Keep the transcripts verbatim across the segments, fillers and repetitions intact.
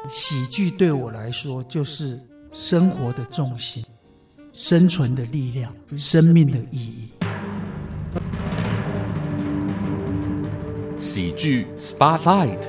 喜剧对我来说就是生活的重心，生存的力量，生命的意义。 喜剧 Spotlight。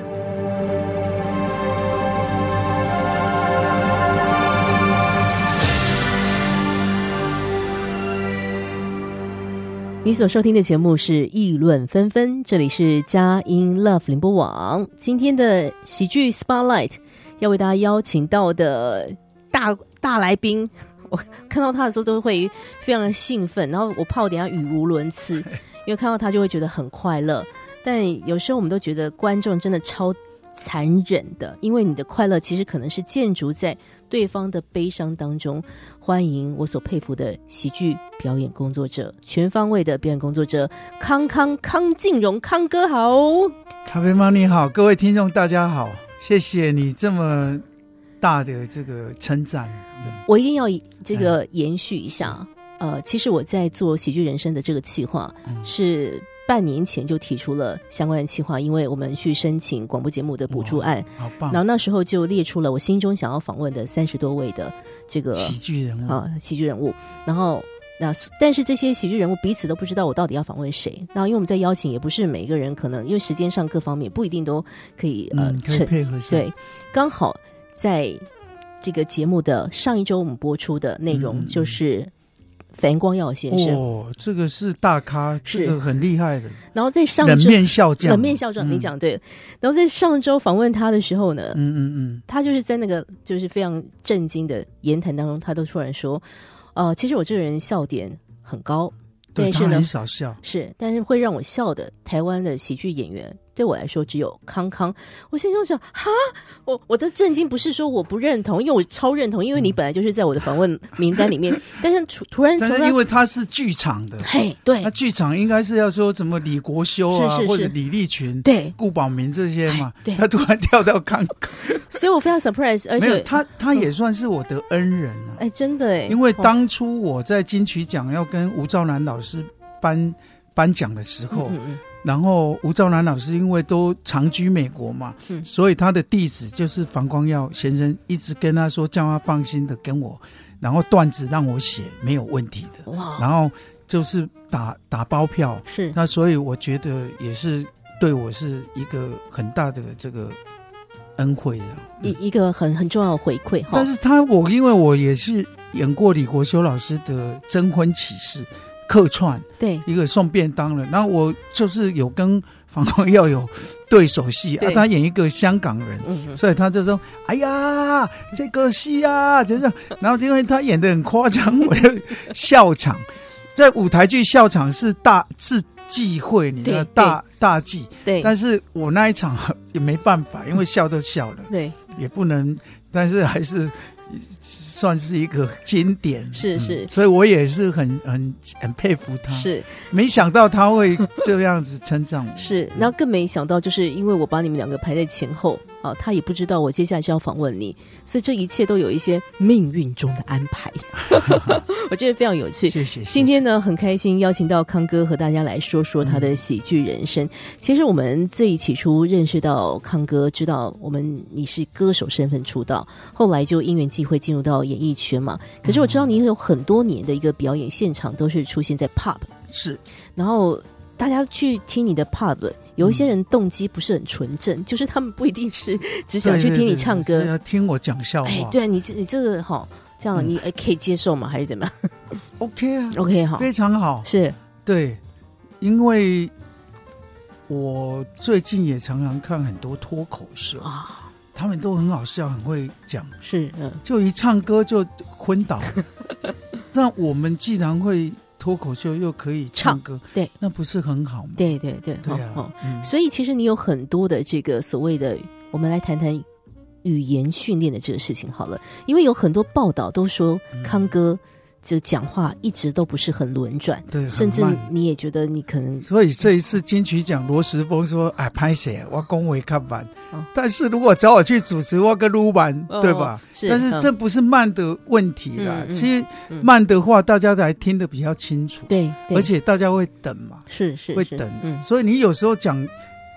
你所收听的节目是议论纷纷，这里是佳音 Love 联播网。今天的喜剧 Spotlight 要为大家邀请到的大大来宾，我看到他的时候都会非常的兴奋，然后我怕我等一下语无伦次，因为看到他就会觉得很快乐。但有时候我们都觉得观众真的超残忍的，因为你的快乐其实可能是建筑在对方的悲伤当中。欢迎我所佩服的喜剧表演工作者，全方位的表演工作者康康康靖荣，康哥好。 咖啡猫你好，各位听众大家好，谢谢你这么大的这个称赞。 我一定要这个延续一下、嗯、呃，其实我在做喜剧人生的这个企划、嗯、是半年前就提出了相关的企划，因为我们去申请广播节目的补助案， 好棒！ 然后那时候就列出了我心中想要访问的三十多位的这个喜剧人物啊，喜剧人物。然后那但是这些喜剧人物彼此都不知道我到底要访问谁。那因为我们在邀请，也不是每个人可能因为时间上各方面不一定都可以呃、 嗯、可以配合一下。 对，刚好在这个节目的上一周我们播出的内容就是。嗯樊光耀先生哦，这个是大咖，这个很厉害的。 然后在上周冷面笑匠， 冷面笑匠，你讲对了、嗯。然后在上周访问他的时候呢， 嗯嗯嗯， 他就是在那个就是非常震惊的言谈当中，他都突然说，呃，其实我这个人笑点很高， 对， 但是呢， 他很少笑， 是，但是会让我笑的台湾的喜剧演员。对我来说只有康康。我心中想哈，我我的震惊不是说我不认同，因为我超认同，因为你本来就是在我的访问名单里面但是突突然但是因为他是剧场的， 嘿，对， 他剧场应该是要说什么李国修啊， 是是是或者李立群， 对， 顾宝明这些嘛， 对， 他突然跳到康康所以我非常 surprise， 而且没有他他也算是我的恩人啊， 哎、嗯，真的哎， 因为当初我在金曲奖要跟吴兆南老师颁颁奖的时候，嗯嗯嗯，然后吴兆南老师因为都长居美国嘛、嗯、所以他的弟子就是樊光耀先生一直跟他说叫他放心的跟我，然后段子让我写没有问题的，然后就是打打包票， 是那所以我觉得也是对我是一个很大的这个恩惠的、 嗯、一一个很很重要的回馈。 但是他我因为我也是演过李国修老师的征婚启事客串，对，一个送便当了，然后我就是有跟樊光耀有对手戏啊，他演一个香港人、嗯、所以他就说哎呀这个戏啊就这样，然后因为他演得很夸张我就笑场，在舞台剧笑场是大是忌讳，你知道大大忌，对，但是我那一场也没办法，因为笑都笑了，对，也不能，但是还是算是一个经典， 是是、嗯， 所以我也是很很很佩服他，是没想到他会这样子称赞我， 是，然后更没想到就是因为我把你们两个排在前后啊，他也不知道我接下来是要访问你，所以这一切都有一些命运中的安排我觉得非常有趣， 谢谢。 今天呢很开心邀请到康哥和大家来说说他的喜剧人生、嗯、其实我们最起初认识到康哥，知道我们你是歌手身份出道，后来就因缘际会进入到演艺圈嘛，可是我知道你有很多年的一个表演现场都是出现在 pub， 是， 然后大家去听你的 pub， 有一些人动机不是很纯正、嗯、就是他们不一定是只想去听你唱歌， 对对对，听我讲笑话， 哎，对，你你这个好这样你可以接受吗、嗯、还是怎么样 ？OK 啊 ，OK 好， 非常好， 是， 对，因为我最近也常常看很多脱口秀啊。他们都很好笑，很会讲，是，嗯，就一唱歌就昏倒。那我们既然会脱口秀，又可以唱歌，唱对，那不是很好吗？ 对对对， 对啊、 哦嗯。所以其实你有很多的这个所谓的，我们来谈谈语言训练的这个事情好了，因为有很多报道都说康哥。嗯，就讲话一直都不是很轮转，对，甚至你也觉得你可能， 所以这一次金曲奖罗时丰说哎拍谁我恭维看板、哦、但是如果找我去主持我跟撸板、哦、对吧，是，但是这不是慢的问题啦、嗯、其实慢的话大家才听得比较清楚，对，而且大家会等嘛，是是会等、嗯、所以你有时候讲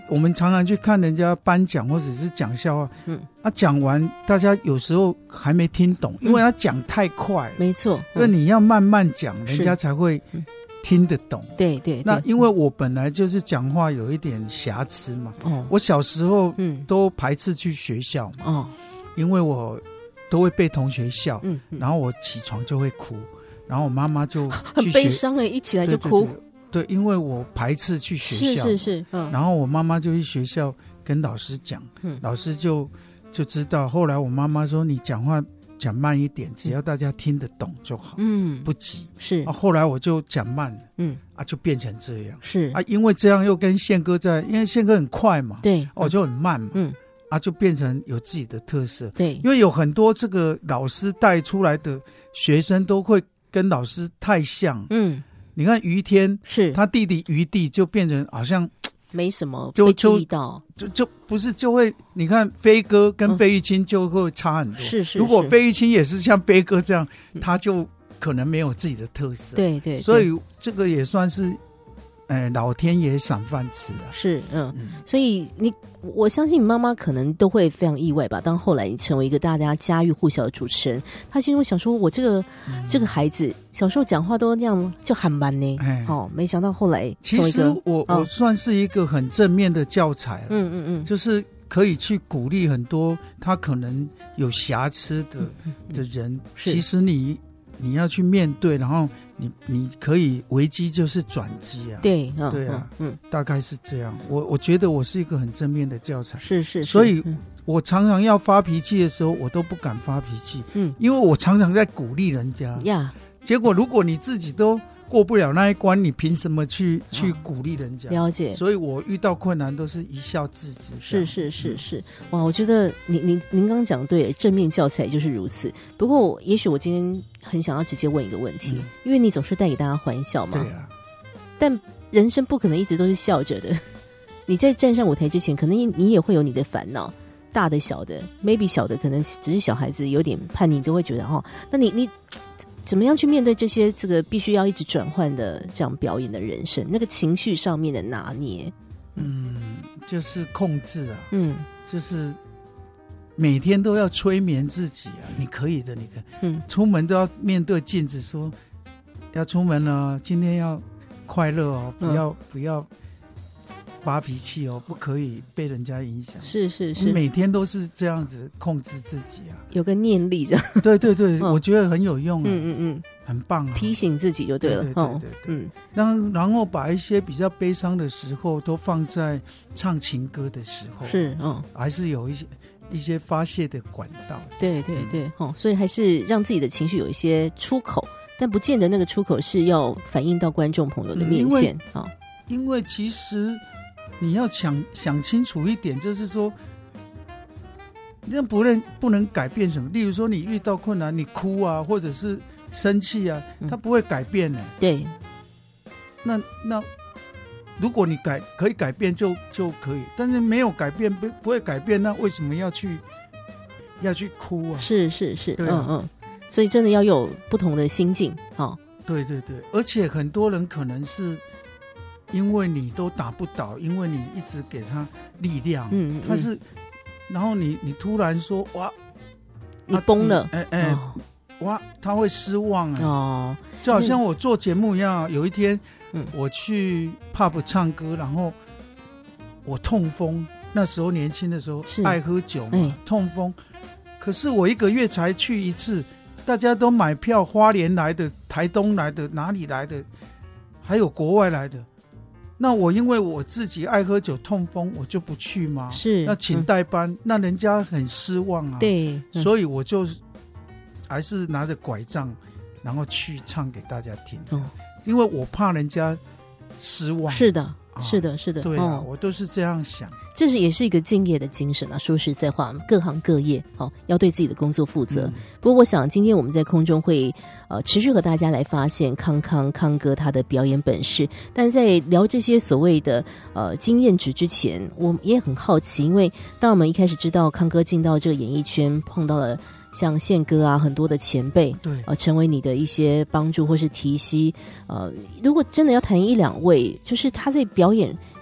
我们常常去看人家颁奖或者是讲笑话，嗯，啊，讲完大家有时候还没听懂，因为他讲太快了， 没错， 所以你要慢慢讲，人家才会听得懂。 对对， 那因为我本来就是讲话有一点瑕疵嘛，哦，我小时候嗯都排斥去学校嘛，哦，因为我都会被同学笑，嗯，然后我起床就会哭，然后我妈妈就很悲伤哎，一起来就哭。 对对对，对，因为我排斥去学校， 是是是，嗯， 然后我妈妈就去学校跟老师讲，嗯，老师就就知道。后来我妈妈说：“你讲话讲慢一点，只要大家听得懂就好，嗯，不急。”是啊，后来我就讲慢了，嗯啊，就变成这样。是啊，因为这样又跟宪哥在，因为宪哥很快嘛，对，我就很慢嘛，嗯啊，就变成有自己的特色。对，因为有很多这个老师带出来的学生都会跟老师太像，嗯。你看于天是他弟弟于弟就变成好像没什么被注意到， 就就不是就会你看飞哥跟费玉清就会差很多。是是，如果费玉清也是像飞哥这样，他就可能没有自己的特色。对对，所以这个也算是，哎，老天爷赏饭吃啊。是嗯，所以你我相信你妈妈可能都会非常意外吧。当后来你成为一个大家家喻户晓的主持人，她心中想说：“我这个、嗯、这个孩子小时候讲话都那样就很慢呢。”哦，没想到后来其实我、哦、我算是一个很正面的教材，嗯嗯嗯，就是可以去鼓励很多他可能有瑕疵的、嗯嗯、的人。其实你你要去面对，然后你你可以危机就是转机啊。对，哦、对啊，嗯，大概是这样。我我觉得我是一个很正面的教材，是 是, 是，所以、嗯、我常常要发脾气的时候，我都不敢发脾气，嗯，因为我常常在鼓励人家呀。结果如果你自己都过不了那一关，你凭什么去去鼓励人家？了解。所以我遇到困难都是一笑置之。 是是是是，嗯、哇！我觉得您您您刚刚讲对，正面教材就是如此。不过，也许我今天很想要直接问一个问题，嗯、因为你总是带给大家欢笑嘛。对啊。但人生不可能一直都是笑着的。你在站上舞台之前，可能你也会有你的烦恼，大的小的 ，maybe 小的可能只是小孩子有点叛逆，都会觉得哦，那你你。怎么样去面对这些这个必须要一直转换的这样表演的人生？那个情绪上面的拿捏， 嗯，就是控制啊，嗯，就是每天都要催眠自己啊，你可以的，你可以，嗯，出门都要面对镜子说，要出门了，今天要快乐哦，不要、嗯、不要发脾气哦，不可以被人家影响。是是是，每天都是这样子控制自己啊， 有个念力这样。 对对对，嗯、我觉得很有用啊，嗯嗯嗯，很棒啊， 提醒自己就对了。对对 对, 对, 对, 对， 嗯，然然后把一些比较悲伤的时候都放在唱情歌的时候，是嗯，还是有一些一些发泄的管道。 对对对，哦、嗯，所以还是让自己的情绪有一些出口，但不见得那个出口是要反映到观众朋友的面前啊、嗯。 因为其实。你要想想清楚一点，就是说，那不能不能改变什么。例如说，你遇到困难，你哭啊，或者是生气啊，它不会改变的、欸。对。那那，如果你改可以改变就就可以，但是没有改变不不会改变，那为什么要去要去哭啊？是是是，对啊、嗯嗯。 所以真的要有不同的心境，哦。 对对对，而且很多人可能是。因为你都打不倒，因为你一直给他力量，嗯嗯，他是，然后你你突然说哇， 你崩了， 哎哎、欸哦，哇，他会失望哎，哦，就好像我做节目一样，有一天，嗯，我去 pub 唱歌，然后我痛风，那时候年轻的时候爱喝酒嘛，欸、痛风，可是我一个月才去一次，大家都买票，花莲来的、台东来的、哪里来的，还有国外来的。那我因为我自己爱喝酒痛风，我就不去吗？是，那请代班、嗯，那人家很失望啊。对、嗯，所以我就还是拿着拐杖，然后去唱给大家听、嗯，因为我怕人家失望。是的，啊、是的，是的。对啊、哦，我都是这样想。 这是也是一个敬业的精神啊！说实在话，各行各业哦，要对自己的工作负责。嗯、不过，我想今天我们在空中会呃持续和大家来发现康康康哥他的表演本事。但在聊这些所谓的呃经验值之前，我也很好奇，因为当我们一开始知道康哥进到这个演艺圈，碰到了像宪哥啊很多的前辈，对，呃，成为你的一些帮助或是提携。呃，如果真的要谈一两位，就是他在表演。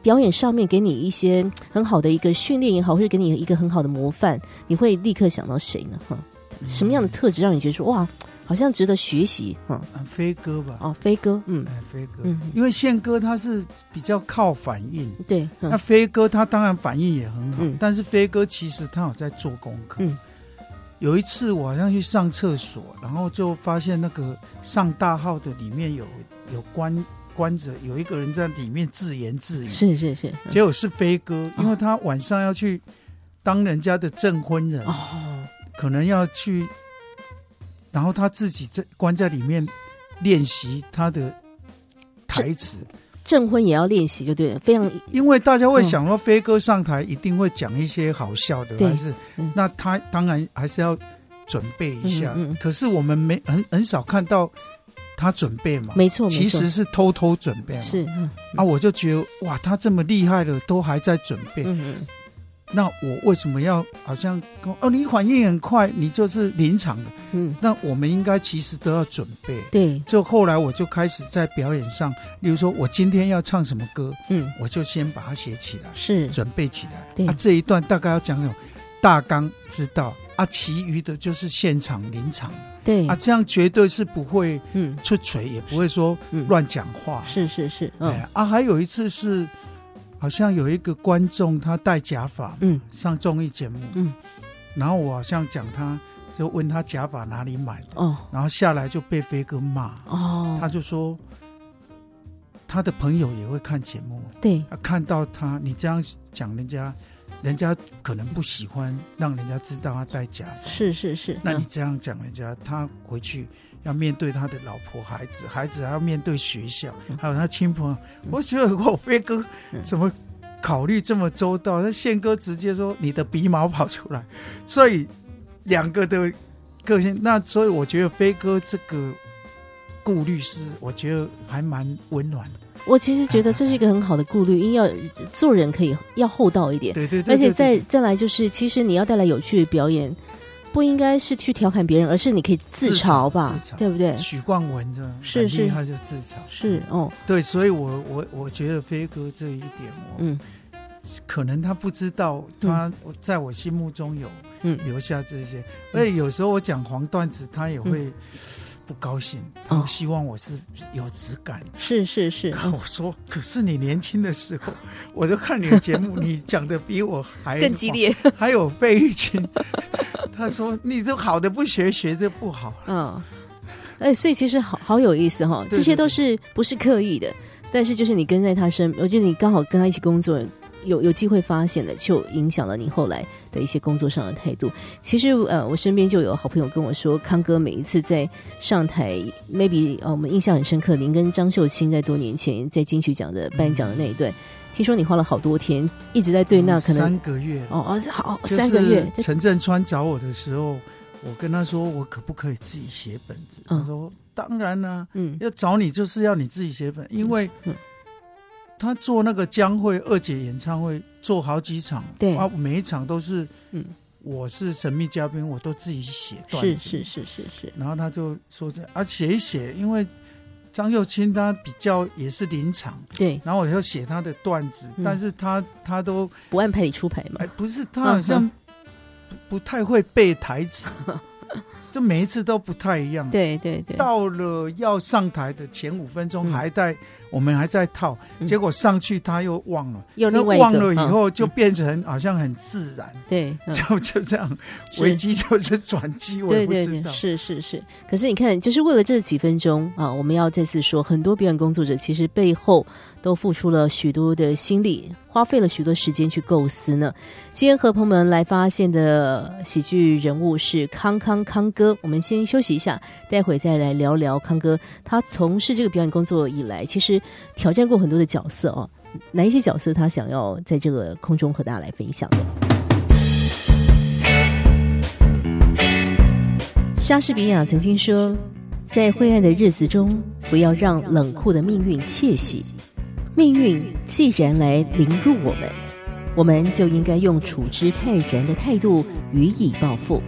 表演上面给你一些很好的一个训练也好，或者给你一个很好的模范，你会立刻想到谁呢？哈，什么样的特质让你觉得说哇，好像值得学习？哈， 飞哥吧。 哦，飞哥，嗯， 哎，飞哥，嗯，因为宪哥他是比较靠反应， 对，嗯、 那飞哥他当然反应也很好，嗯、但是飞哥其实他有在做功课。嗯，有一次我好像去上厕所，然后就发现那个上大号的里面有有关。关着有一个人在里面自言自语， 是是是，嗯、 结果是飞哥，因为他晚上要去当人家的证婚人，哦，可能要去，然后他自己在关在里面练习他的台词， 证婚也要练习，就对了，非常， 因为大家会想说飞哥上台一定会讲一些好笑的， 嗯、 还是、嗯、那他当然还是要准备一下， 嗯嗯、 可是我们没很很少看到。他准备嘛， 没错， 其实是偷偷准备嘛。 是、嗯、 啊，我就觉得哇，他这么厉害了，都还在准备。嗯嗯，那我为什么要好像哦？你反应很快，你就是临场的。嗯，那我们应该其实都要准备。 对， 就后来我就开始在表演上，例如说我今天要唱什么歌，嗯，我就先把它写起来， 是准备起来。对啊，这一段大概要讲什么大纲知道啊，其余的就是现场临场。 对啊，这样绝对是不会出锤，嗯、也不会说乱讲话。 是是是，嗯、 哎，啊，还有一次是，好像有一个观众他戴假发，嗯，上综艺节目，嗯，然后我好像讲他，就问他假发哪里买的，哦，然后下来就被飞哥骂，哦，他就说他的朋友也会看节目， 对， 啊、看到他你这样讲人家。人家可能不喜欢让人家知道他戴假发， 是是是。 那你这样讲人家，他回去要面对他的老婆、孩子，孩子还要面对学校，嗯、还有他亲朋友。嗯、我觉得我飞哥怎么考虑这么周到？那宪哥直接说你的鼻毛跑出来，所以两个的个性，那所以我觉得飞哥这个顾虑是，我觉得还蛮温暖的。 我其实觉得这是一个很好的顾虑，因为要做人可以要厚道一点， 对对 对, 对, 对, 对， 而且再再来就是，其实你要带来有趣的表演，不应该是去调侃别人，而是你可以自嘲吧，自嘲对不对？ 许冠文这是是， 他就自嘲， 是哦， 对，所以我我我觉得飞哥这一点，我嗯，可能他不知道，他在我心目中有嗯留下这些，嗯、而且有时候我讲黄段子，他也会。嗯不高兴，他们希望我是有质感。哦、 是是是， 我说，可是你年轻的时候，我就看你的节目，你讲的比我还更激烈。 还有费玉清，他说你都好的不学，学的不好。 嗯，哎，所以其实好好有意思哈、哦，这些都是不是刻意的，但是就是你跟在他身，我觉得你刚好跟他一起工作。有有机会发现的，就影响了你后来的一些工作上的态度。其实，呃，我身边就有好朋友跟我说，康哥每一次在上台 ，maybe 呃，我们印象很深刻，您跟张秀清在多年前在金曲奖的颁奖的那一段，嗯、听说你花了好多天一直在对那可能、 嗯、三个月哦哦好、就是、三个月。 陈振川找我的时候，我跟他说我可不可以自己写本子？嗯、他说当然啦、啊，嗯，要找你就是要你自己写本，因为。嗯他做那个江蕙二姐演唱会做好几场， 对啊，每一场都是，嗯，我是神秘嘉宾，我都自己写段子， 是是是是是。 然后他就说这啊写一写，因为张幼清他比较也是临场， 对， 然后我就写他的段子，嗯、但是他他都不按牌理出牌嘛， 哎，不是他好像不、嗯、不太会背台词。就每一次都不太一样， 对对对。 到了要上台的前五分钟还在、嗯、我们还在套、嗯，结果上去他又忘了， 又另外一个忘了以后就变成好像很自然， 对、嗯， 就就这样，危机就是转机，我也不知道， 对对对，是是是。可是你看，就是为了这几分钟啊，我们要再次说，很多表演工作者其实背后都付出了许多的心力，花费了许多时间去构思呢。今天和朋友们来发现的喜剧人物是康康康哥，我们先休息一下，待会再来聊聊康哥。他从事这个表演工作以来，其实挑战过很多的角色哦。哪一些角色他想要在这个空中和大家来分享的？莎士比亚曾经说，在灰暗的日子中，不要让冷酷的命运窃喜。命运既然来凌辱我们，我们就应该用处之泰然的态度予以报复。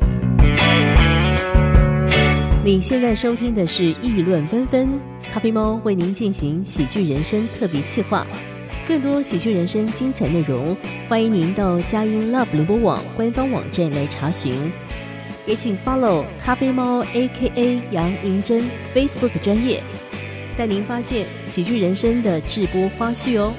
你现在收听的是议论纷纷，咖啡猫为您进行喜剧人生特别企划， 更多喜剧人生精彩内容，欢迎您到佳音 Love 联播网官方网站来查询。也请 follow 咖啡猫 A K A 杨银珍 Facebook 专页，带您发现喜剧人生的直播花絮哦。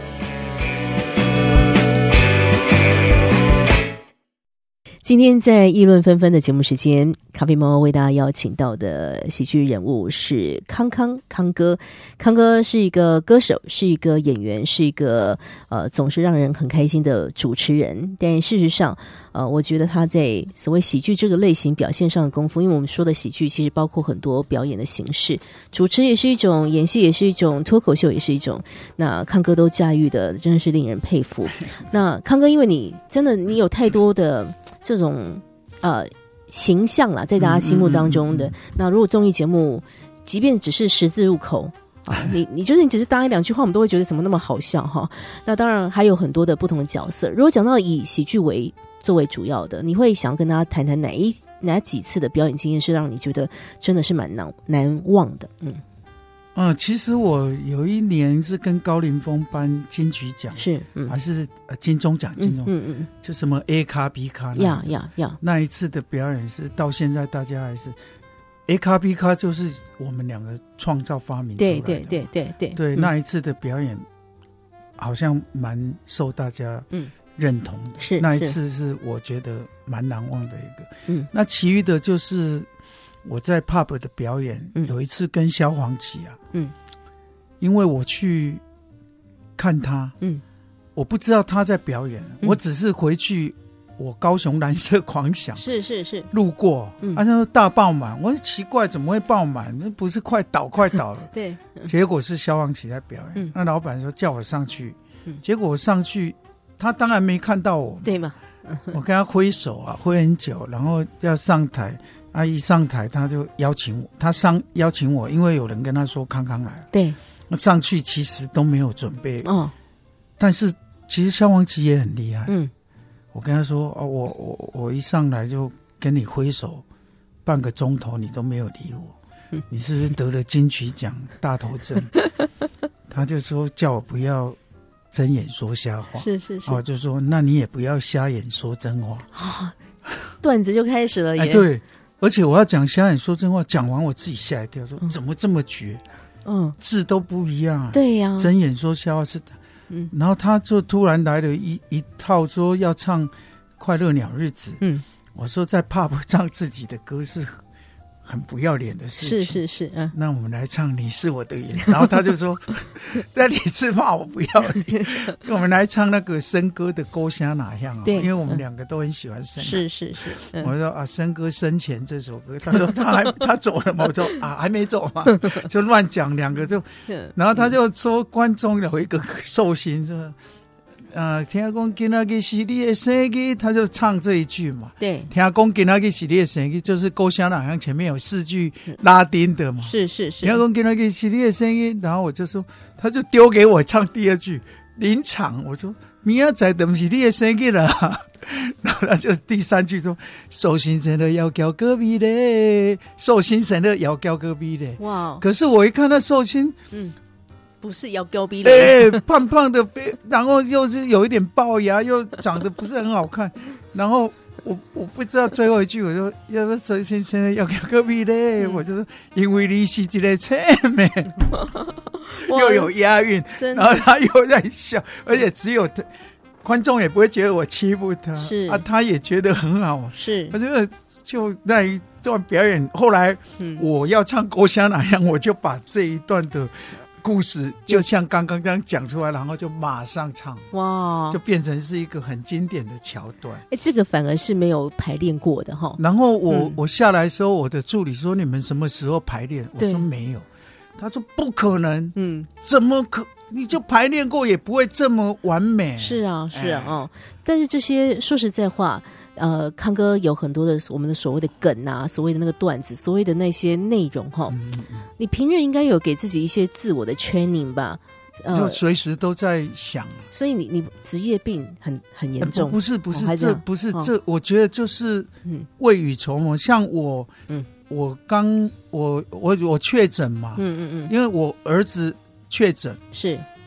今天在议论纷纷的节目时间，咖啡猫为大家邀请到的喜剧人物是康康康哥。康哥是一个歌手，是一个演员，是一个呃总是让人很开心的主持人。但事实上，呃，我觉得他在所谓喜剧这个类型表现上的功夫，因为我们说的喜剧其实包括很多表演的形式，主持也是一种，演戏也是一种，脱口秀也是一种。那康哥都驾驭的，真的是令人佩服。那康哥，因为你真的你有太多的这种呃形象啦，在大家心目当中的、嗯嗯嗯嗯、那如果综艺节目即便只是十字路口啊，你你就是你只是搭一两句话，我们都会觉得怎么那么好笑哈。那当然还有很多的不同的角色。如果讲到以喜剧为作为主要的，你会想要跟大家谈谈哪一哪几次的表演经验是让你觉得真的是蛮难难忘的？嗯嗯，其实我有一年是跟高凌风颁金曲奖， 是、嗯、还是呃金钟奖，金钟，嗯嗯嗯，就什么 A 咖 B 咖， 呀呀呀， 那一次的表演是到现在大家还是 A 咖 B 咖，就是我们两个创造发明出来的， 对对对对对对、嗯，那一次的表演好像蛮受大家认同的，嗯、是那一次是我觉得蛮难忘的一个，嗯，那其余的就是我在 pub 的表演、嗯、有一次跟萧煌奇啊，嗯，因为我去看他，嗯，我不知道他在表演、嗯、我只是回去我高雄蓝色狂想是是是路过，嗯，啊，他说大爆满，我说奇怪怎么会爆满，那不是快倒快倒了对、 嗯、结果是萧煌奇在表演、嗯、那老板说叫我上去、嗯、结果我上去他当然没看到我， 对吗？ 我跟他挥手啊挥很久，然后要上台啊，一上台他就邀请我，他上邀请我，因为有人跟他说康康来了， 对， 上去其实都没有准备哦，但是其实萧煌奇也很厉害，嗯，我跟他说哦，我我我一上来就跟你挥手半个钟头，你都没有理我，嗯、你是不是得了金曲奖大头症？他就说叫我不要睁眼说瞎话， 是是是， 哦，就说那你也不要瞎眼说真话， 哦、段子就开始了耶， 哎，对。而且我要讲瞎眼说真话，讲完我自己吓一跳，说怎么这么绝？嗯，字都不一样、啊。 对呀、啊， 睁眼说瞎话是的。嗯，然后他就突然来了一一套，说要唱《快乐鸟日子》。嗯，我说在 pub 唱自己的歌是很不要脸的事情。 是是是，嗯， 那我们来唱《你是我的眼》，然后他就说：“那你是怕我不要脸？我们来唱那个森哥的《勾虾哪样》啊？”对，因为我们两个都很喜欢森、嗯。是是是，嗯、我说啊，森哥生前这首歌，他说他还他走了吗？我说啊，还没走嘛，就乱讲两个就，然后他就说观众有一个寿星说。呃，听讲今仔日是你的生日，他就唱这一句嘛。对，听讲今仔日是你的生日，就是《勾虾哪样》前面有四句拉丁的嘛。是是是。听讲今仔日是你的生日，然后我就说，他就丢给我唱第二句临场，我说明仔载等是你的生日了，然后他就第三句说寿星生日要叫隔壁嘞，寿星生日要叫隔壁嘞。哇！可是我一看那寿星，嗯。 不是要高逼的， 哎、欸，胖胖的，然后又是有一点龅牙，又长得不是很好看，然后我我不知道最后一句，我说要不周先生要高逼嘞，嗯、我就说因为你是一个姐妹，又有押韵，然后他又在笑，而且只有他观众也不会觉得我欺负他，是啊，他也觉得很好，是，他就就那一段表演，后来我要唱《勾虾哪样》，我就把这一段的。故事就像刚刚这样讲出来，然后就马上唱，哇，就变成是一个很经典的桥段。 哎，这个反而是没有排练过的哈。 然后我、嗯、我下来的时候，我的助理说：“你们什么时候排练？”我说：“没有。”他说：“不可能，嗯，怎么可？你就排练过也不会这么完美。”是啊，是啊，哦。但是这些说实在话。呃，康哥有很多的我们的所谓的梗啊，所谓的那个段子，所谓的那些内容哈、嗯嗯，你平日应该有给自己一些自我的 training 吧？呃、就随时都在想。所以你你职业病很很严重、欸？不是不是，哦、这不是、哦、这，我觉得就是未雨绸缪。像我，嗯，我刚我我我确诊嘛，嗯嗯嗯，因为我儿子确诊是。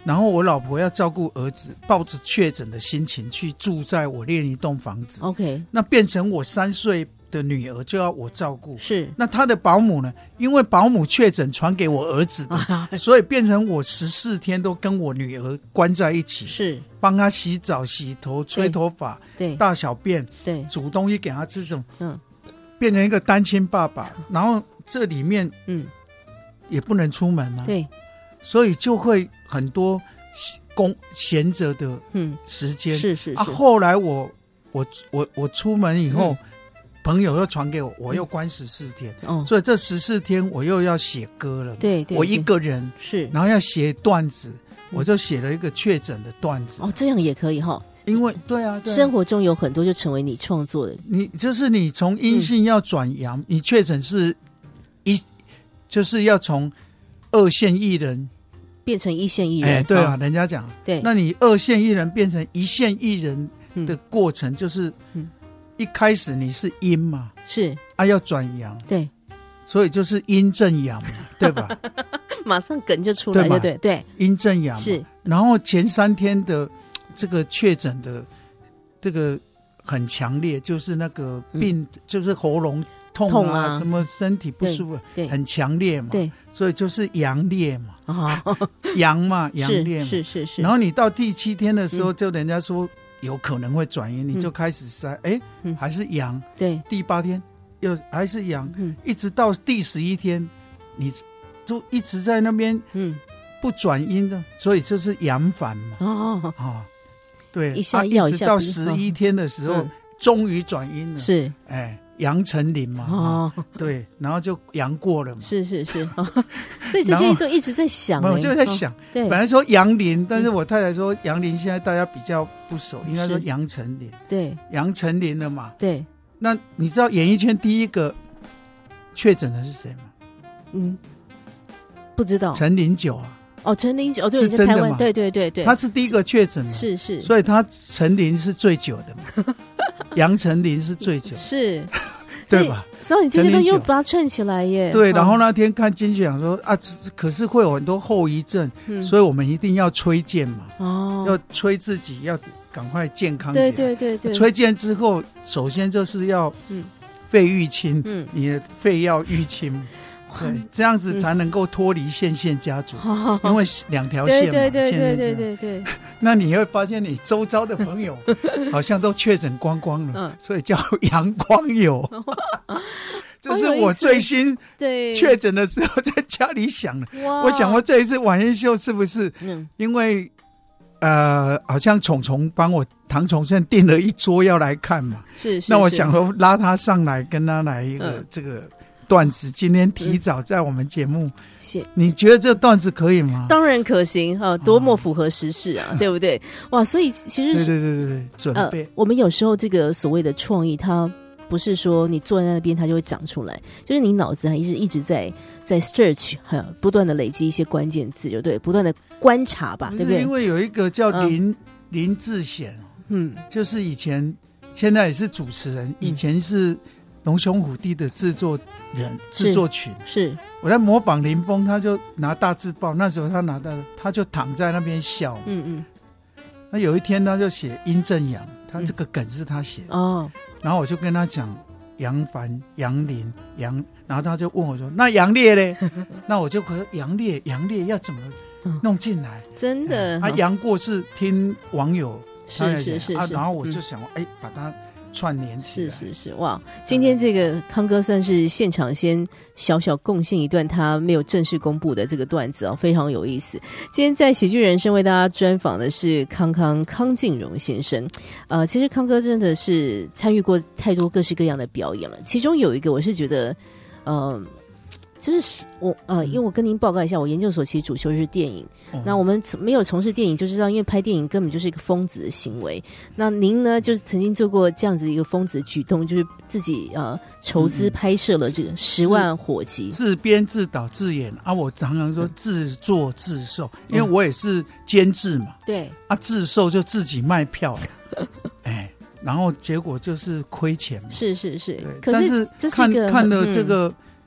然后我老婆要照顾儿子，抱着确诊的心情去住在我另一栋房子。 OK， 那变成我三岁的女儿就要我照顾。 是， 那她的保姆呢？因为保姆确诊传给我儿子的，啊、所以变成我十四天都跟我女儿关在一起， 是帮她洗澡、洗头、吹头发、 对大小便、 对煮东西给她吃，这种， 嗯， 变成一个单亲爸爸。然后这里面，嗯，也不能出门啊， 对。 所以就会很多空闲着的时间、嗯， 是是是。 啊，后来我我我我出门以后、嗯，朋友又传给我，我又关十四天、嗯，所以这十四天我又要写歌了。 对 对, 对， 我一个人是， 然后要写段子，我就写了一个确诊的段子。 哦，这样也可以哈。 因为对啊，对啊， 生活中有很多就成为你创作的。 你就是你从阴性要转阳、嗯，你确诊是一就是要从二线艺人。 变成一线艺人， 哎，对啊，人家讲， 对， 那你二线艺人变成一线艺人的过程，就是，嗯，一开始你是阴嘛， 是啊，要转阳， 对， 所以就是阴正阳嘛，对吧？ 马上梗就出来，对对对， 阴正阳是， 然后前三天的这个确诊的这个很强烈，就是那个病，嗯、就是喉咙。痛 啊, 痛啊，什么身体不舒服，很强烈嘛， 对， 所以就是阳烈嘛，哦、阳嘛，阳烈嘛， 是是是。 然后你到第七天的时候，就人家说有可能会转阴、嗯，你就开始筛，哎、嗯，还是阳， 对。 第八天又还是阳、嗯，一直到第十一天，你就一直在那边，嗯，不转阴的，所以就是阳反嘛，哦哦，对， 一下药、 啊、一直到十一天的时候，终于转阴了， 是， 哎。杨丞琳嘛，哦，对，然后就阳过了嘛， 是是是，哦、所以这些都一直在想、欸， 我就在想，哦、对，本来说杨林，但是我太太说杨林现在大家比较不熟，应该说杨丞琳， 对， 杨丞琳了嘛， 对， 那你知道演艺圈第一个确诊的是谁吗？ 嗯，不知道， 陈零九啊。 哦，陈零九，对，在台湾，对对对对， 他是第一个确诊， 是是， 所以他陈琳是最久的嘛，杨丞琳是最久， 是， 对吧？ 所以你今天都又把它串起来耶。 对，然后那天看金曲奖说啊，可是会有很多后遗症，嗯、所以我们一定要催健嘛，哦，要催自己要赶快健康起来。 对对对对， 催健之后，首先就是要肺淤清，嗯，你的肺要淤清。对，这样子才能够脱离线线家族，哦、因为两条线嘛， 对对对对对对对。 那你会发现，你周遭的朋友好像都确诊光光了，嗯、所以叫阳光友。这是我最新确诊的时候在家里想的。我想过这一次晚宴秀是不是？嗯、因为呃，好像虫虫帮我唐崇盛订了一桌要来看嘛， 是是。 那我想说拉他上来，跟他来一个、嗯、这个。段子今天提早在我们节目， 是你觉得这段子可以吗？ 当然可行啊，多么符合时事啊，哦、对不对？哇，所以其实对对对对对，准备、呃。 我们有时候这个所谓的创意，它不是说你坐在那边它就会长出来，就是你脑子还是一直在在 search， 不断的累积一些关键字，就对，不断的观察吧，对不对？ 因为有一个叫林、嗯、林志贤，嗯，就是以前现在也是主持人，以前是龙兄虎弟的制作人、制作群， 是我在模仿林峰，他就拿大字报，那时候他拿到，他就躺在那边笑，嗯嗯。那有一天他就写殷正阳，他这个梗是他写的、嗯、哦。然后我就跟他讲杨凡、杨林、杨，然后他就问我说：“那杨烈嘞？”那我就说：“杨烈，杨烈要怎么弄进来？”嗯、 真的， 他杨过是听网友是是是啊，然后我就想，哎、嗯，把他。串联是是是哇！今天这个康哥算是现场先小小贡献一段他没有正式公布的这个段子哦，非常有意思。今天在喜剧人生为大家专访的是康康康敬荣先生。呃，其实康哥真的是参与过太多各式各样的表演了，其中有一个我是觉得，呃。就是我呃，因为我跟您报告一下，我研究所其实主修的是电影、哦。那我们没有从事电影，就知道因为拍电影根本就是一个疯子的行为。那您呢，就是曾经做过这样子一个疯子的举动，就是自己呃筹资拍摄了这个十万火急， 自编自导自演啊。我常常说自作自受，因为我也是监制嘛。 对、嗯、 啊，自受就自己卖票，哎，然后结果就是亏钱嘛。 是是是， 可是看看了这个。嗯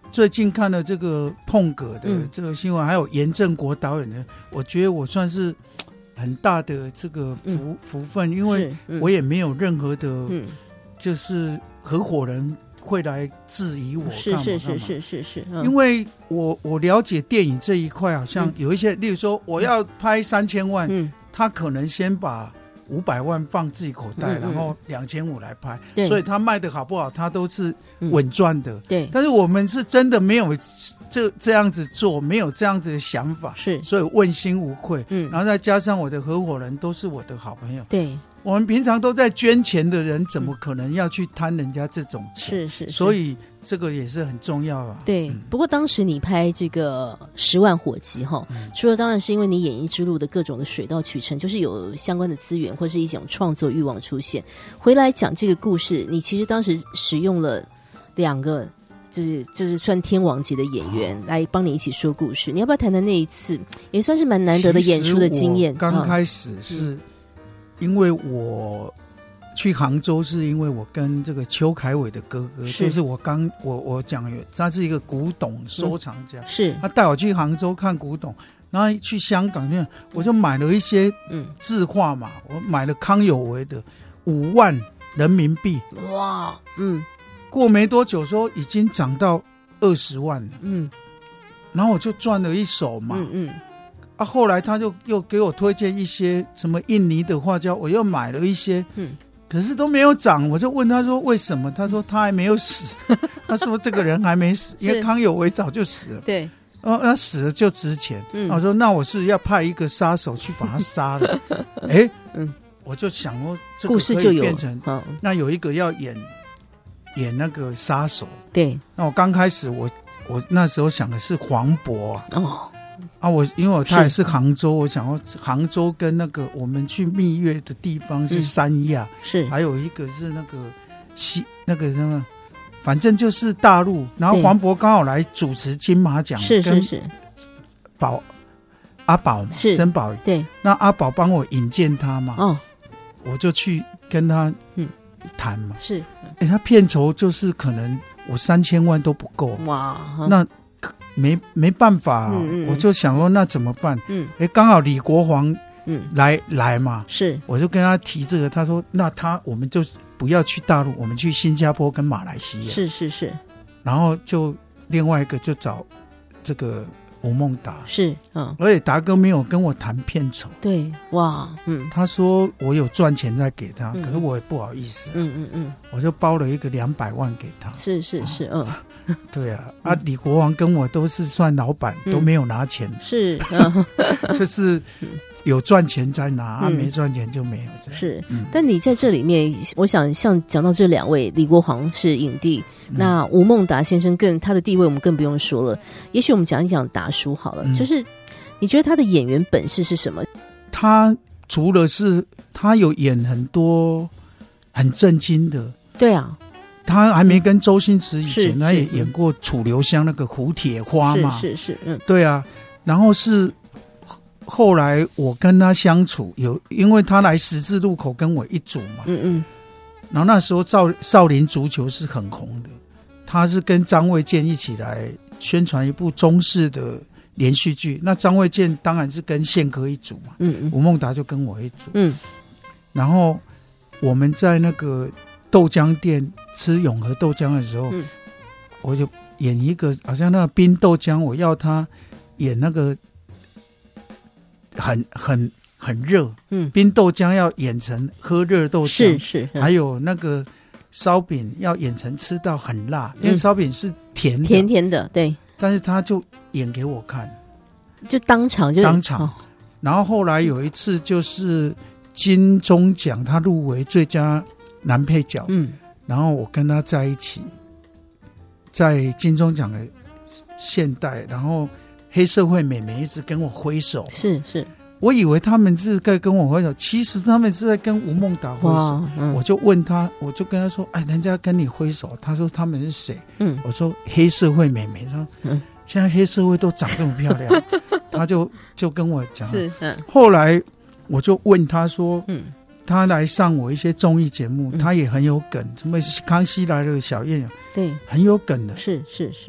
最近看了这个碰葛的这个新闻，嗯、还有严正国导演的，我觉得我算是很大的这个福、嗯、福分，因为我也没有任何的，嗯、就是合伙人会来质疑我干嘛干嘛， 是是是是是， 嗯、因为我我了解电影这一块，好像有一些，嗯、例如说我要拍三千万，嗯、他可能先把五百万放自己口袋，嗯、然后两千五来拍，所以他卖的好不好，他都是稳赚的。嗯、 对， 但是我们是真的没有这这样子做，没有这样子的想法， 是，所以问心无愧。嗯，然后再加上我的合伙人都是我的好朋友， 对， 我们平常都在捐钱的人，怎么可能要去贪人家这种钱？ 是是， 所以这个也是很重要啊。 对，嗯、不过当时你拍这个十万火急哈，嗯、除了当然是因为你演艺之路的各种的水到渠成，就是有相关的资源或是一种创作欲望出现。回来讲这个故事，你其实当时使用了两个。就是就是算天王级的演员来帮你一起说故事，你要不要谈谈那一次也算是蛮难得的演出的经验？ 刚开始是因为我去杭州，是因为我跟这个邱凯伟的哥哥，是就是我刚我我讲有他是一个古董收藏家，嗯、 是他带我去杭州看古董，然后去香港去，我就买了一些字画嘛，嗯、我买了康有为的五万人民币， 哇，嗯。 过没多久说已经涨到二十万了，嗯，然后我就赚了一手嘛，嗯嗯，啊，后来他就又给我推荐一些什么印尼的画家，我又买了一些，嗯，可是都没有涨，我就问他说为什么？他说他还没有死，他说这个人还没死，因为康有为早就死了， 对， 哦，他死了就值钱，嗯，我说那我是要派一个杀手去把他杀了，哎，嗯，我就想说这个故事就有变成，那有一个要演。演那个杀手， 对。 那我刚开始我，我我那时候想的是黄渤啊，哦，啊，我因为我他也是杭州，我想说杭州跟那个我们去蜜月的地方是三亚，嗯、是，还有一个是那个西那个什么，反正就是大陆。然后黄渤刚好来主持金马奖， 是是是， 宝阿宝嘛， 是曾宝， 对。 那阿宝帮我引荐他嘛，哦，我就去跟他嗯谈嘛， 是。 哎、欸，他片酬就是可能我三千万都不够哇，那没没办法、啊嗯嗯，我就想说那怎么办？嗯，哎、欸，刚好李国煌嗯来来嘛， 是， 我就跟他提这个，他说那他我们就不要去大陆，我们去新加坡跟马来西亚， 是是是， 然后就另外一个就找这个吴孟达， 是，嗯， 而且达哥没有跟我谈片酬， 对，哇，嗯， 他说我有赚钱再给他，嗯、可是我也不好意思、啊， 嗯嗯嗯， 我就包了一个两百万给他， 是是是，哦、 嗯，对啊，啊，李国煌跟我都是算老板，嗯、都没有拿钱， 是，嗯、就是有赚钱再拿，嗯、啊，没赚钱就没有这样， 是，嗯、但你在这里面，我想像讲到这两位，李国煌是影帝。那吴孟达先生更他的地位我们更不用说了，也许我们讲一讲达叔好了、嗯、就是你觉得他的演员本事是什么？ 他除了是他有演很多很震惊的， 对啊， 他还没跟周星驰以前他也演过楚留香那个胡铁花嘛， 是是是，嗯， 对啊，然后是后来我跟他相处有，因为他来十字路口跟我一组嘛，嗯嗯，然后那时候少少林足球是很红的，他是跟张卫健一起来宣传一部中式的连续剧，那张卫健当然是跟宪哥一组嘛，嗯嗯，吴孟达就跟我一组，嗯，然后我们在那个豆浆店吃永和豆浆的时候，嗯，我就演一个好像那个冰豆浆，我要他演那个很很很热，嗯，冰豆浆要演成喝热豆浆， 是是、 嗯，还有那个烧饼要演成吃到很辣，因为烧饼是甜的、 嗯、甜甜的，对， 但是他就演给我看， 就当场就当场、哦、然后后来有一次就是金钟奖他入围最佳男配角，嗯，然后我跟他在一起在金钟奖的现代，然后黑社会妹妹一直跟我挥手， 是是， 我以为他们是在跟我挥手，其实他们是在跟吴孟达挥手、嗯、我就问他，我就跟他说，哎，人家跟你挥手，他说他们是谁？嗯，我说黑社会妹妹，他说、嗯、现在黑社会都长这么漂亮他就就跟我讲，是、嗯、后来我就问他说，嗯，他来上我一些综艺节目、嗯、他也很有梗，什么康熙来了小燕， 对， 很有梗的， 是是是，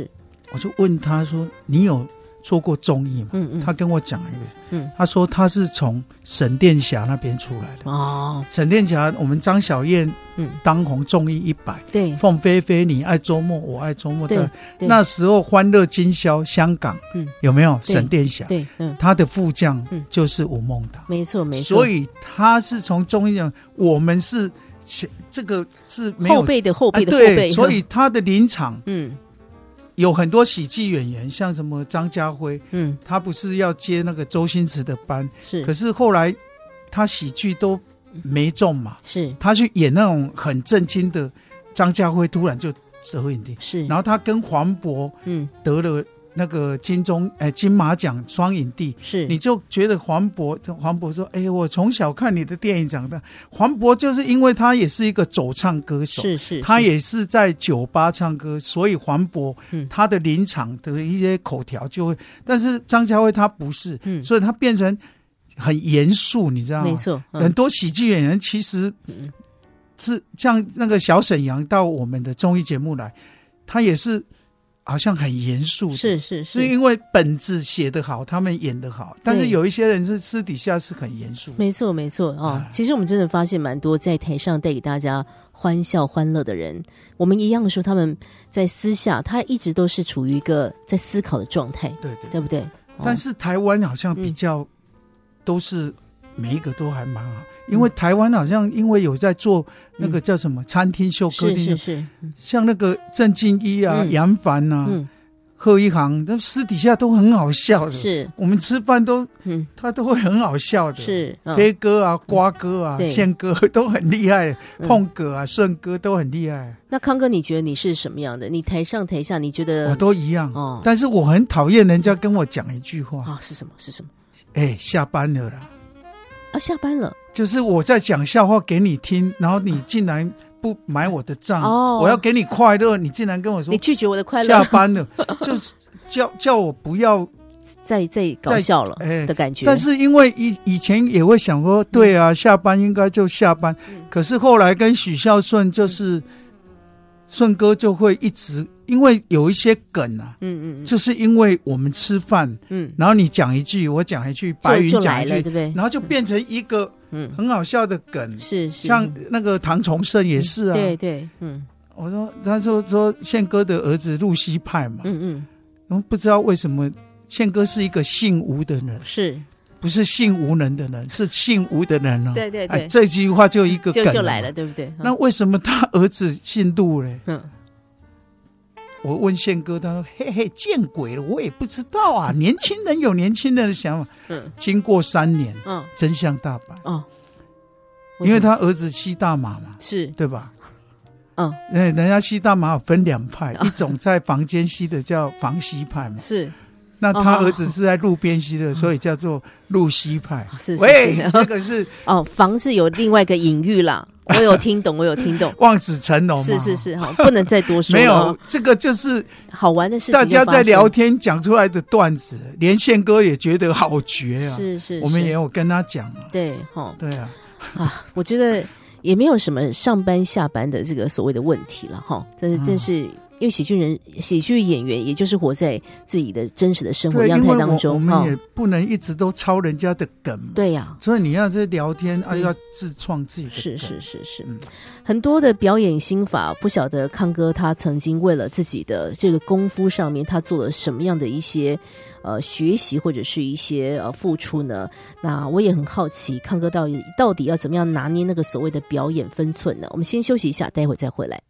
我就问他说：“你有做过综艺吗？”嗯嗯，他跟我讲一个，嗯，他说他是从沈殿霞那边出来的哦。沈殿霞，我们张小燕，嗯，当红综艺一百，对，凤飞飞，你爱周末，我爱周末的，那时候欢乐今宵，香港，嗯，有没有沈殿霞？对，嗯，他的副将就是吴孟达， 没错没错。 所以他是从综艺讲，我们是这个是没有后辈的后辈的后辈， 对，所以他的临场，嗯。有很多喜剧演员，像什么张家辉，嗯，他不是要接那个周星驰的班，是，可是后来他喜剧都没中嘛，是，他去演那种很震惊的，张家辉突然就得影帝，是，然后他跟黄渤，嗯，得了那个金钟哎金马奖双影帝，是，你就觉得黄渤黄渤说，哎，我从小看你的电影长大。黄渤就是因为他也是一个走唱歌手，是 是, 是，他也是在酒吧唱歌，所以黄渤、嗯、他的临场的一些口条就会，但是张家辉他不是，嗯，所以他变成很严肃，你知道吗？没错，嗯、很多喜剧演员其实是像那个小沈阳到我们的综艺节目来，他也是。好像很严肃，是是是，是因为本子写得好，他们演得好，但是有一些人是私底下是很严肃。 没错没错哦，其实我们真的发现蛮多在台上带给大家欢笑欢乐的人，我们一样说他们在私下，他一直都是处于一个在思考的状态，对对，对不对？ 哦、但是台湾好像比较都是。每一个都还蛮好，因为台湾好像因为有在做那个叫什么餐厅秀、歌厅秀，是是是，像那个郑敬一啊、杨凡啊、嗯、贺一航，那私底下都很好笑的。是，我们吃饭都，嗯，他都会很好笑的。是，飞哥啊、瓜哥啊、宪哥都很厉害，碰哥啊、顺哥都很厉害。 那康哥，你觉得你是什么样的？你台上台下，你觉得我都一样哦。但是我很讨厌人家跟我讲一句话啊，是什么？是什么？ 哎，下班了啦。 啊，下班了， 就是我在讲笑话给你听，然后你竟然不买我的账，哦、我要给你快乐，你竟然跟我说你拒绝我的快乐， 下班了，就是叫叫我不要再再搞笑了的感觉。 但是因为以以前也会想说，对啊，嗯、下班应该就下班，嗯、可是后来跟许孝顺就是顺哥就会一直。因为有一些梗啊，嗯嗯，就是因为我们吃饭，嗯，然后你讲一句，我讲一句，白云讲一句，对不对？然后就变成一个嗯很好笑的梗，是是，像那个唐崇盛也是啊， 对对，嗯， 我说他说说宪哥的儿子露西派嘛，嗯嗯，我们不知道为什么宪哥是一个姓吴的人，是。不是性无能的人，是姓吴的人哦。对对对，哎，这句话就一个梗 就, 就来了，对不对？ 那为什么他儿子姓陆呢？嗯。我问宪哥，他说：“嘿嘿，见鬼了，我也不知道啊。年轻人有年轻人的想法。嗯，经过三年，嗯，真相大白。哦，因为他儿子吸大麻嘛，是对吧？嗯，人家吸大麻有分两派，一种在房间吸的叫房吸派嘛，是。那他儿子是在路边吸的，所以叫做路吸派。是，喂，这个是哦，房是有另外一个隐喻啦。”我有听懂，我有听懂， 望子成龙嘛， 是是是，好，不能再多说了。 没有，这个就是好玩的事情。 大家在聊天讲出来的段子，连宪哥也觉得好绝啊。是是，我们也有跟他讲啊。 对，哈， 对啊， 啊，我觉得也没有什么上班下班的这个所谓的问题了，哈，但是真是。因为喜剧人、喜剧演员，也就是活在自己的真实的生活样态当中， 我, 我们也不能一直都抄人家的梗嘛。 对呀、啊， 所以你要在聊天、嗯、啊，要自创自己的梗。 是是是是、嗯，很多的表演心法，不晓得康哥他曾经为了自己的这个功夫上面，他做了什么样的一些呃学习或者是一些呃付出呢？那我也很好奇，康哥到底到底要怎么样拿捏那个所谓的表演分寸呢？我们先休息一下，待会再回来。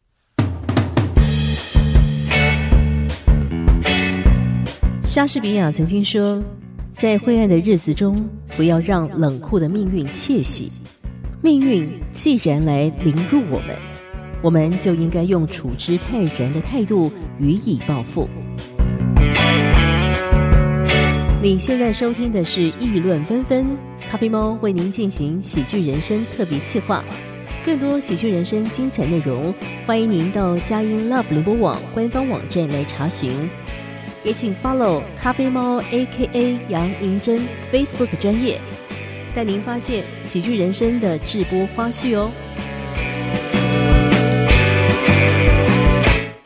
莎士比亚曾经说，在灰暗的日子中，不要让冷酷的命运窃喜。命运既然来凌辱我们，我们就应该用处之泰然的态度予以报复。你现在收听的是议论纷纷，咖啡猫为您进行喜剧人生特别企划。更多喜剧人生精彩内容，欢迎您到佳音 Love 联播网官方网站来查询。也请 follow 咖啡猫 A K A 杨银珍 Facebook 专页，带您发现喜剧人生的直播花絮哦。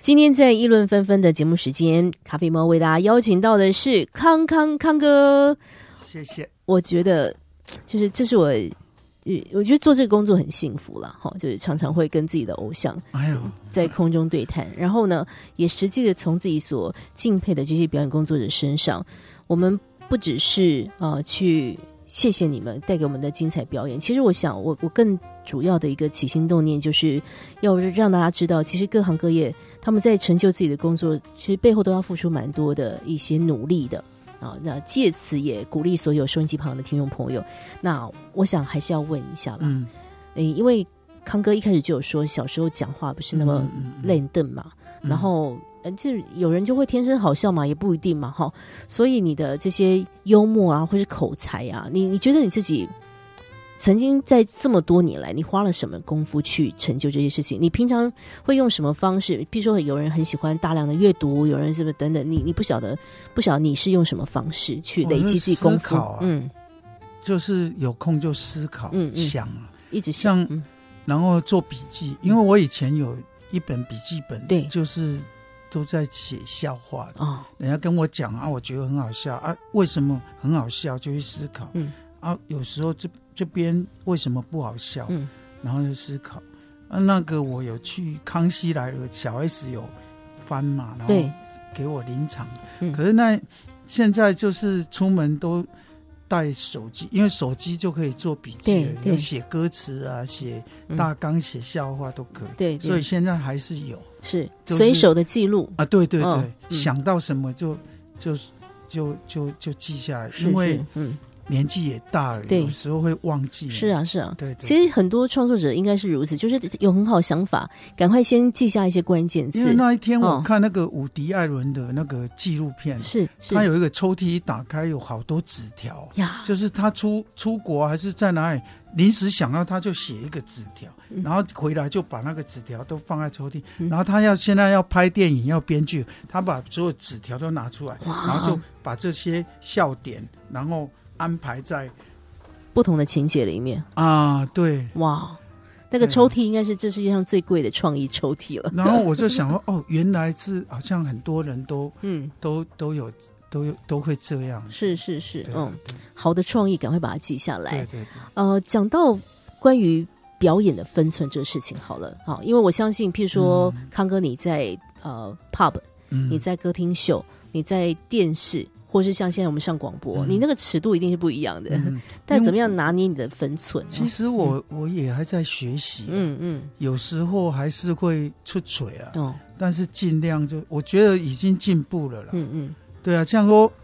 今天在议论纷纷的节目时间，咖啡猫为大家邀请到的是康康康哥。 谢谢。 我觉得就是这是我我觉得做这个工作很幸福啦，就是常常会跟自己的偶像在空中对谈，然后呢也实际的从自己所敬佩的这些表演工作者身上，我们不只是呃去谢谢你们带给我们的精彩表演，其实我想我我更主要的一个起心动念就是要让大家知道，其实各行各业他们在成就自己的工作，其实背后都要付出蛮多的一些努力的啊，那借此也鼓励所有收音机旁的听众朋友。那我想还是要问一下啦，嗯，因为康哥一开始就有说小时候讲话不是那么练钝嘛，嗯嗯嗯，然后就有人就会天生好笑嘛，也不一定嘛哈。所以你的这些幽默啊，或是口才啊，你你觉得你自己曾经在这么多年来，你花了什么功夫去成就这些事情？你平常会用什么方式？比如说有人很喜欢大量的阅读，有人是不是等等，你你不晓得不晓得你是用什么方式去累积自己功夫？ 啊、嗯，就是有空就思考，嗯嗯想啊， 一直想， 嗯、然后做笔记。因为我以前有一本笔记本，对，就是都在写笑话的哦。人家跟我讲啊，我觉得很好笑啊，为什么很好笑？就去思考，嗯啊，有时候这。这边为什么不好笑？嗯，然后就思考。啊，那个我有去康熙来了，小 S 有翻嘛，然后给我临场。可是那现在就是出门都带手机，因为手机就可以做笔记了，有写歌词啊，写大纲，写笑话都可以。对，所以现在还是有是随手的记录啊，对对对，哦嗯、想到什么就就就就就记下来，因为嗯。年纪也大了，有时候会忘记。 是啊，是啊， 对对。 其实很多创作者应该是如此，就是有很好想法，赶快先记下一些关键字。 因为那一天我看那个伍迪·艾伦的那个纪录片， 是、哦， 他有一个抽屉一打开，有好多纸条呀，就是他出出国还是在哪里，临时想到他就写一个纸条，嗯、然后回来就把那个纸条都放在抽屉，嗯、然后他要现在要拍电影要编剧，他把所有纸条都拿出来，然后就把这些笑点，然后安排在不同的情节里面啊，对， 哇，那个抽屉应该是这世界上最贵的创意抽屉了。 然后我就想说，哦，原来是好像很多人都嗯都都有都有都会这样， 是是是，嗯，好的创意赶快把它记下来。 对对对。 呃，讲到关于表演的分寸这个事情好了，好，因为我相信，譬如说、嗯、康哥你在呃 pub，、嗯、你在歌厅秀，你在电视。或是像现在我们上广播、嗯、你那个尺度一定是不一样的、嗯、但怎么样拿捏你的分寸？ 其实我、嗯、我也还在学习、啊、嗯嗯，有时候还是会出锤啊、哦、但是尽量就我觉得已经进步了啦。嗯嗯，对啊，像说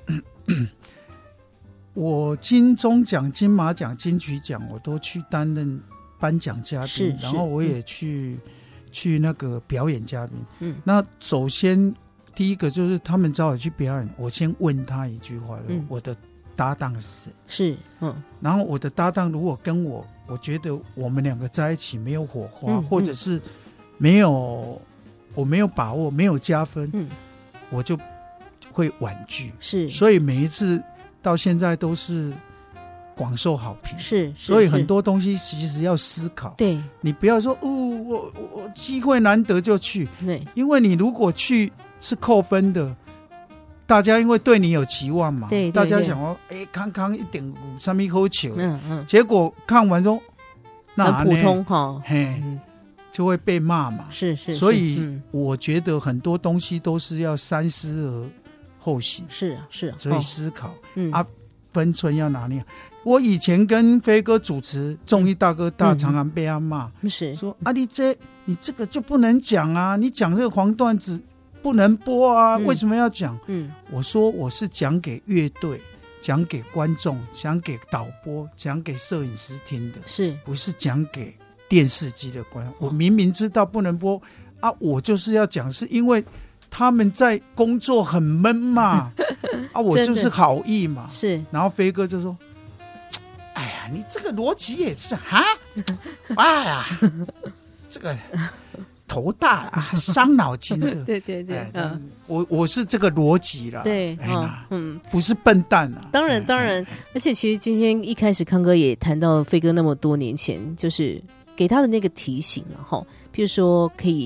我金钟奖、金马奖、金曲奖我都去担任颁奖嘉宾，然后我也去、嗯、去那个表演嘉宾。嗯，那首先第一个就是他们找我去表演，我先问他一句话、嗯、我的搭档是谁？是，嗯，然后我的搭档如果跟我，我觉得我们两个在一起没有火花，嗯、或者是没有我没有把握，没有加分，嗯，我就会婉拒。是，所以每一次到现在都是广受好评。是，所以很多东西其实要思考。对，你不要说哦，我我机会难得就去，对，因为你如果去。是扣分的，大家因为对你有期望嘛，对对对，大家想说，哎，康康一点五上面好球，嗯嗯，结果看完说，那很普通哈， 嘿，嗯、就会被骂嘛，是 是, 是，所以我觉得很多东西都是要三思而后行，是啊是啊，所以思考，嗯、啊，分寸要拿捏。我以前跟飞哥主持综艺大哥大，常常被他骂，是、嗯、说啊，你这你这个就不能讲啊，你讲这个黄段子。不能播啊、嗯、为什么要讲？嗯，我说我是讲给乐队，讲给观众，讲给导播，讲给摄影师听的，是不是讲给电视机的观众？我明明知道不能播啊，我就是要讲，是因为他们在工作很闷嘛啊，我就是好意嘛。是，然后飞哥就说：“哎呀，你这个逻辑也是哈，哎呀，这个。”头大啊，伤脑筋的。对对对，哎、嗯，我我是这个逻辑啦。对，哎、哦，嗯，不是笨蛋啊。 当然当然，而且其实今天一开始康哥也谈到飞哥那么多年前，就是给他的那个提醒了哈，譬如说可以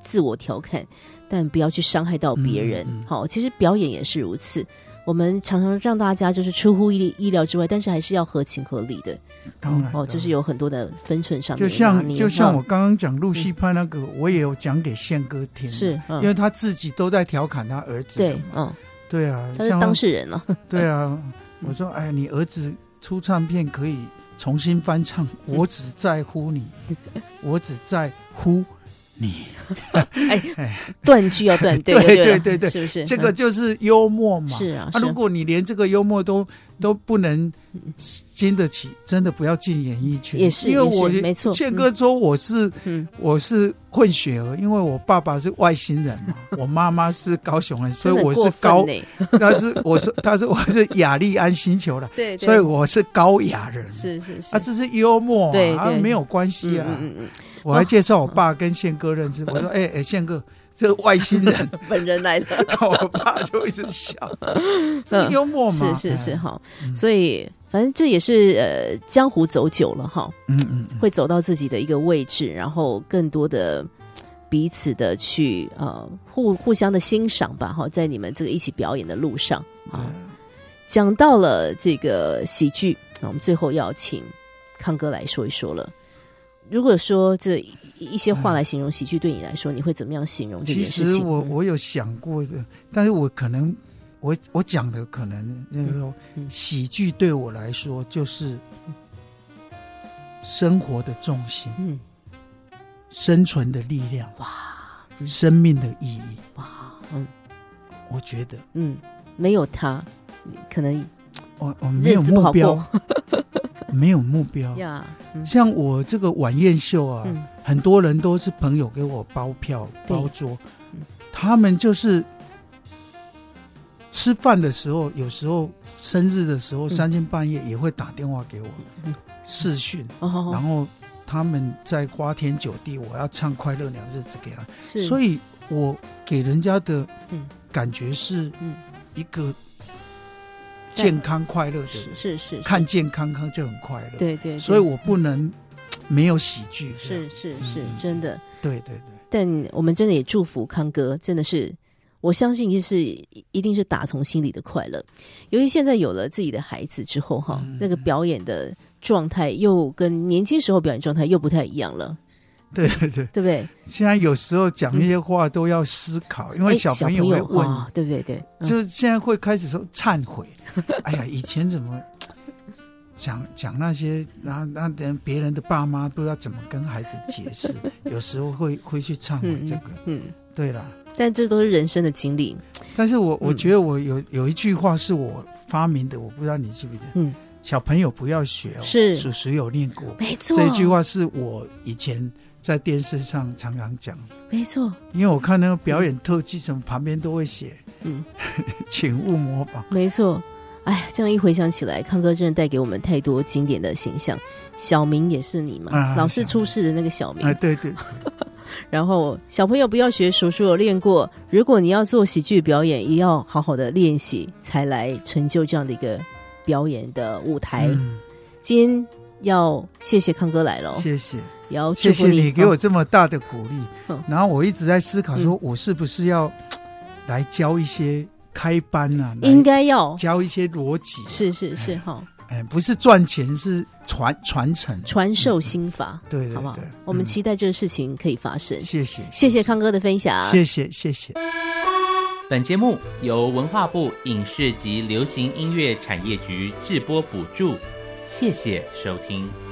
自我调侃，但不要去伤害到别人。好、嗯嗯，其实表演也是如此。我们常常让大家就是出乎意意料之外，但是还是要合情合理的。 当然， 哦，就是有很多的分寸上面就像就像我刚刚讲露西派那个、嗯，我也有讲给宪哥听， 是、嗯， 因为他自己都在调侃他儿子的嘛。 对，嗯， 对啊， 他是当事人了。 对啊，我说，哎，你儿子出唱片可以重新翻唱，我只在乎你，我只在乎你。 哎，断句要断对， 对对对对， 是不是？ 这个就是幽默嘛。 是啊， 啊，如果你连这个幽默都都不能经得起，真的不要进演艺圈。 也是， 因为我没错。 宪哥说我是，嗯，我是混血儿，因为我爸爸是外星人嘛，我妈妈是高雄人，所以我是高，他是我是他是我是亚利安星球的， 对， 所以我是高雅人。 是是是， 啊，这是幽默啊， 对啊没有关系啊。 嗯嗯嗯。 我还介绍我爸跟宪哥认识，我说：“哎、欸、哎，宪、欸、哥，这个外星人本人来了。” 我爸就一直笑，这个幽默嘛， 是是是哈、嗯。所以反正这也是呃江湖走久了哈，嗯嗯，会走到自己的一个位置，然后更多的彼此的去呃互互相的欣赏吧哈，在你们这个一起表演的路上啊。讲到了这个喜剧，那我们最后要请康哥来说一说了。如果说这一些话来形容喜剧，对你来说，你会怎么样形容这件事情？ 其实我我有想过的，但是我可能我我讲的可能就是说，喜剧对我来说就是生活的重心，嗯，生存的力量，哇，生命的意义，哇，嗯，我觉得， 嗯，没有他，可能我我没有目标。没有目标呀、yeah, 嗯，像我这个晚宴秀啊、嗯，很多人都是朋友给我包票包桌、嗯，他们就是吃饭的时候，有时候生日的时候、嗯、三更半夜也会打电话给我、嗯、视讯、哦，然后他们在花天酒地，我要唱快乐鸟日子给他，是，所以我给人家的感觉是一个健康快乐的人， 是是是， 看健康康就很快乐， 对 对, 对， 所以我不能没有喜剧， 是是是、嗯，真的， 对对对。 但我们真的也祝福康哥，真的是，我相信就是一定是打从心里的快乐。由于现在有了自己的孩子之后，哈、嗯，那个表演的状态又跟年轻时候表演状态又不太一样了。 对对对， 对不对？ 现在有时候讲一些话都要思考，嗯、因为小朋友会问， 哦、对对对， 嗯、就现在会开始说忏悔。哎呀，以前怎么讲讲那些，然后那等别人的爸妈不知道怎么跟孩子解释，有时候会会去忏悔这个。嗯，嗯对啦， 但这都是人生的经历。 但是我我觉得我有有一句话是我发明的，我不知道你记不记得。嗯。小朋友不要学哦， 是叔叔有念过， 没错。 这一句话是我以前在电视上常常讲， 没错。 因为我看那个表演特技，什么旁边都会写，嗯，请勿模仿。 没错。哎，这样一回想起来，康哥真的带给我们太多经典的形象。小明也是你嘛，啊、老是出事的那个小明， 啊，对对。 然后小朋友不要学，叔叔有练过。如果你要做喜剧表演，也要好好的练习，才来成就这样的一个表演的舞台。嗯、今天要谢谢康哥来了， 谢谢， 也要祝福你， 谢谢你给我这么大的鼓励。哦、然后我一直在思考，说我是不是要来教一些开班啊？ 应该要教一些逻辑、啊， 是是是哈。 哎，不是赚钱，是传传承、 传授心法， 嗯、对, 对对， 好不好？我们期待这个事情可以发生。 谢谢， 谢谢康哥的分享， 谢谢谢谢。 本节目由文化部影视及流行音乐产业局制播补助，谢谢收听。